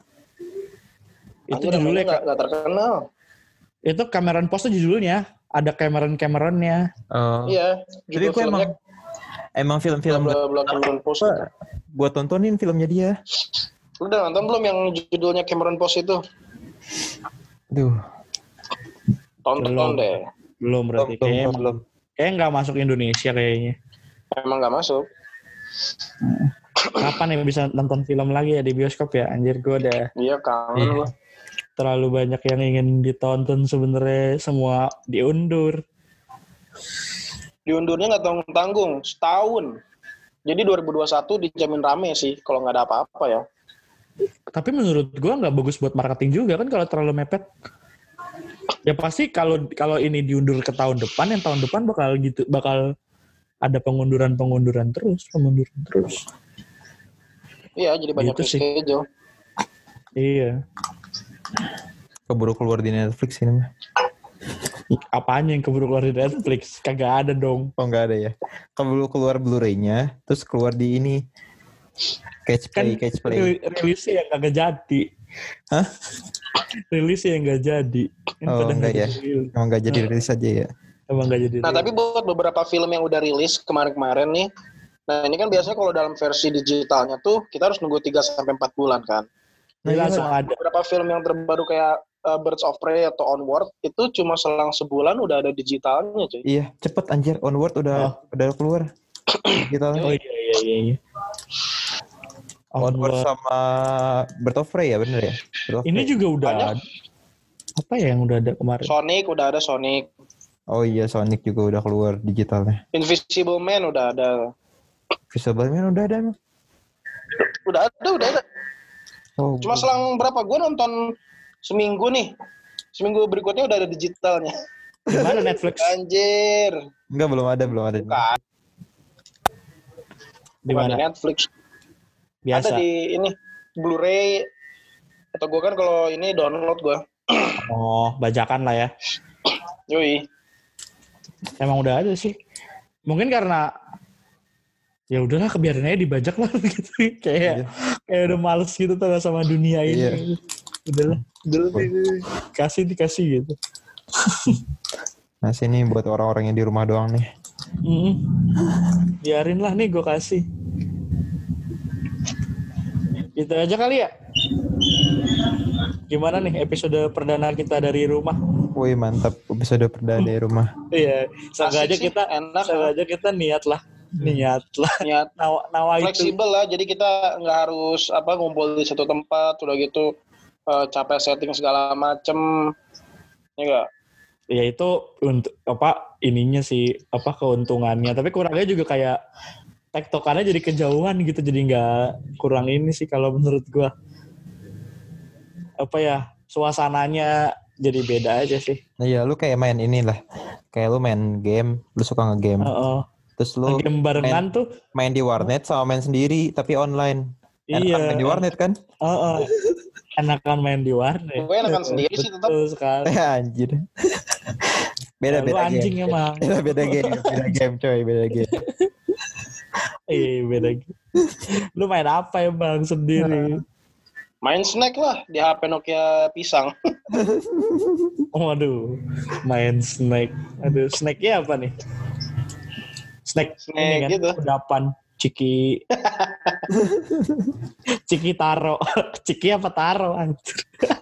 Itu judulnya nggak terkenal. Itu Cameron Pose judulnya. Ada Cameronnya. Oh. Iya. Jadi gue emang film-film Cameron Pose. Gue tontonin filmnya dia. Lu udah nonton belum yang judulnya Cameron Pose itu? Duh. Tonton deh. Belum berarti. Kayaknya nggak masuk Indonesia kayaknya. Emang nggak masuk. Kapan ya bisa nonton film lagi ya di bioskop ya? Anjir gue udah. Iya kangen gue. Terlalu banyak yang ingin ditonton sebenarnya, semua diundur. Diundurnya nggak tanggung-tanggung, setahun. Jadi 2021 dijamin rame sih kalau nggak ada apa-apa ya. Tapi menurut gue nggak bagus buat marketing juga kan kalau terlalu mepet. Ya pasti kalau ini diundur ke tahun depan, yang tahun depan bakal ada pengunduran terus. Iya, jadi banyak gitu schedule. Iya. Keburu keluar di Netflix ini mah. Apanya yang keburu keluar di Netflix? Kagak ada dong. Oh nggak ada ya. Keburu keluar Blu-ray-nya, terus keluar di ini. Catch play. Rilisnya yang kagak jadi. Hah? Rilisnya yang nggak jadi. Oh enggak ya. Emang nggak jadi rilis aja ya. Emang nggak jadi. Nah tapi buat beberapa film yang udah rilis kemarin-kemarin nih, nah ini kan biasanya kalau dalam versi digitalnya tuh kita harus nunggu 3-4 bulan kan. Jadi langsung ada. Beberapa film yang terbaru kayak Birds of Prey atau Onward itu cuma selang sebulan udah ada digitalnya cuy. Iya, cepet anjir. Onward udah keluar digitalnya. Oh iya. Onward sama Birds of Prey ya, bener ya? Ini juga udah ada. Apa ya yang udah ada kemarin? Sonic udah ada Sonic. Oh iya, Sonic juga udah keluar digitalnya. Invisible Man udah ada. Invisible Man udah ada emang? Udah ada. Oh, cuma selang berapa? Gue nonton seminggu nih. Seminggu berikutnya udah ada digitalnya. Di mana Netflix? Anjir. Enggak, belum ada. Bukan. Di mana? Di Netflix. Biasa. Ada di ini Blu-ray. Atau gue kan kalau ini download gue. Oh, bajakan lah ya. Yoi. Emang udah ada sih. Mungkin karena ya udahlah kebiarin aja dibajak lah gitu. Kayak udah males gitu tuh sama dunia ini. Iya. Udahlah dikasih gitu. Nah sini buat orang-orang yang di rumah doang nih. Biarin lah nih gue kasih. Gitu aja kali ya. Gimana nih episode perdana kita dari rumah? Wih mantap, episode perdana dari rumah. Iya, sengaja sih, kita niat lah. Niat nawa fleksibel lah, jadi kita nggak harus ngumpul di satu tempat, udah gitu capek setting segala macem, ya nggak? Ya itu untuk ininya sih keuntungannya, tapi kurangnya juga kayak tektokannya jadi kejauhan gitu, jadi nggak kurang ini sih kalau menurut gua. Suasananya jadi beda aja sih. Iya, lu kayak main inilah, kayak lu main game, lu suka nge-game. Terus lu game barengan tuh main di warnet sama main sendiri tapi online. Enakan main di warnet kan? Enakan main di warnet. Gue enakan sendiri sih tetap. Betul sekali. Anjir. Beda anjing game. Emang. Beda game coy, beda game. Beda game. Lu main apa emang sendiri? Main Snack lah di HP Nokia pisang. Waduh, main Snack. Aduh, Snacknya apa nih? Snack ini kan gitu. kudapan Ciki. Ciki Taro. Ciki apa Taro anjir.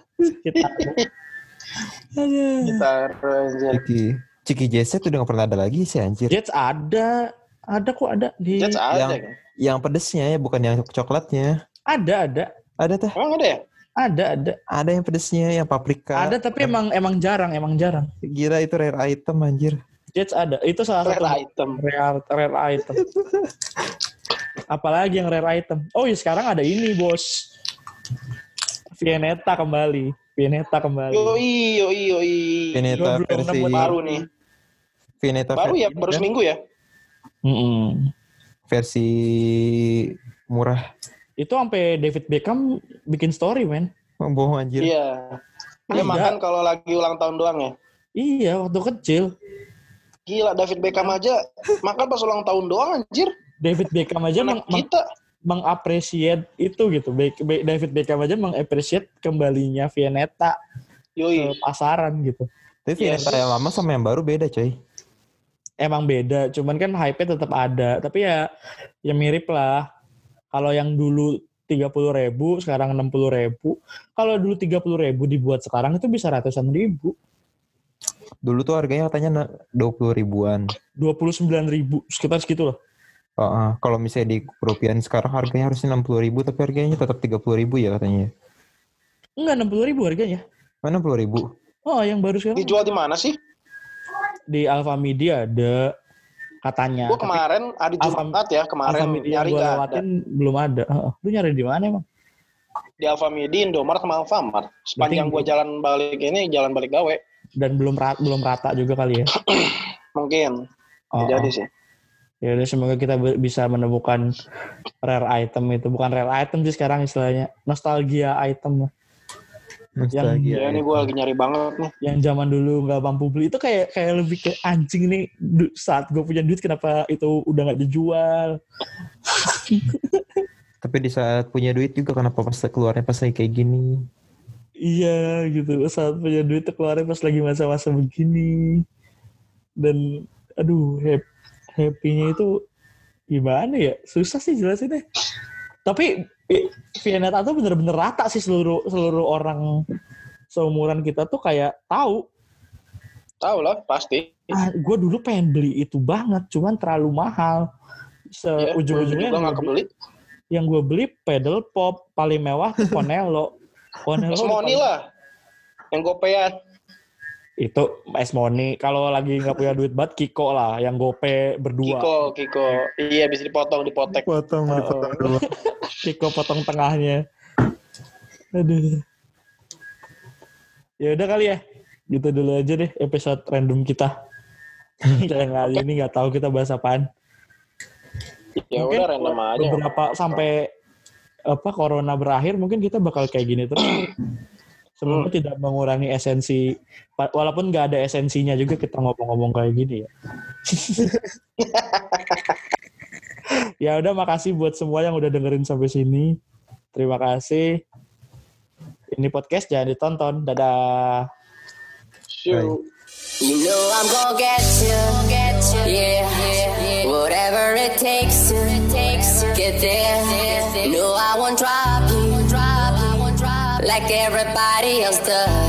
Ciki Jet udah gak pernah ada lagi sih anjir. Jet ada kok ada di Jet ada yang pedesnya ya, bukan yang coklatnya. Ada tuh. Emang ada ya? Ada yang pedesnya, yang paprika. Ada tapi emang jarang. Gila itu rare item anjir. Jets ada. Itu salah satu rare item. Apalagi yang rare item. Oh iya sekarang ada ini bos. Viennetta kembali. Yoi. Viennetta versi baru nih. Viennetta baru ya, baru seminggu ya. Versi murah. Itu sampai David Beckham bikin story, men. Bohong anjir. Iya. Dia makan kalau lagi ulang tahun doang ya? Iya, waktu kecil. Gila, David Beckham aja makan pas ulang tahun doang anjir. David Beckham aja mengapresiat itu gitu. David Beckham aja mengapresiat kembalinya Viennetta ke pasaran gitu. Tapi Viennetta yang lama sama yang baru beda, coy. Emang beda, cuman kan hype-nya tetap ada. Tapi ya mirip lah. Kalau yang dulu 30.000, sekarang 60.000. Kalau dulu 30.000 dibuat sekarang itu bisa ratusan ribu. Dulu tuh harganya katanya 20 ribuan. 29.000, sekitar segitu loh. Kalau misalnya di rupiah sekarang harganya harusnya 60.000, tapi harganya tetap 30.000 ya katanya. Enggak, 60.000 harganya. 60.000. Oh, yang baru sekarang. Dijual di mana sih? Di Alfamidi ada. Katanya. Gue kemarin hari Jumat ya, kemarin nyari gak ada. Belum ada. Lu nyari di mana emang? Di Alfamidi, Indomaret sama Alfamart. Sepanjang gue jalan balik gawe. Dan belum rata juga kali ya? Mungkin. Jadi sih. Ya udah, semoga kita bisa menemukan rare item itu. Bukan rare item sih sekarang istilahnya. Nostalgia item lah. Ini gue lagi nyari banget nih. Yang zaman dulu nggak mampu beli itu kayak lebih kayak anjing nih, saat gue punya duit kenapa itu udah nggak dijual. Tapi di saat punya duit juga kenapa pas keluarnya pas lagi kayak gini. Iya gitu, saat punya duit tuh keluarnya pas lagi masa-masa begini. Dan aduh happy-nya itu gimana ya, susah sih jelasinnya. Tapi Vianetta tuh bener-bener rata sih, seluruh orang seumuran kita tuh kayak tahu. Tahu lah pasti. Gue dulu pengen beli itu banget, cuman terlalu mahal. Ujung-ujungnya yang gue beli pedal pop, paling mewah tuh Ponello. Esmoni lah, yang gopean. Itu Esmoni. Kalau lagi nggak punya duit banget, Kiko lah, yang gope berdua. Kiko. Iya, bisa dipotek. Dipotong dulu. Kiko potong tengahnya. Aduh. Ya udah kali ya. Gitu dulu aja deh episode random kita. Kali ini nggak tahu kita bahas apaan. Ya udah random aja. Beberapa sampai corona berakhir mungkin kita bakal kayak gini terus. Semoga tidak mengurangi esensi. Walaupun nggak ada esensinya juga kita ngomong-ngomong kayak gini ya. Ya udah, makasih buat semua yang udah dengerin sampai sini. Terima kasih. Ini podcast jangan ditonton. Dadah. Shoot. You know I'm gonna get you, yeah. Whatever it takes to get there. No, I won't drop you, like everybody else does.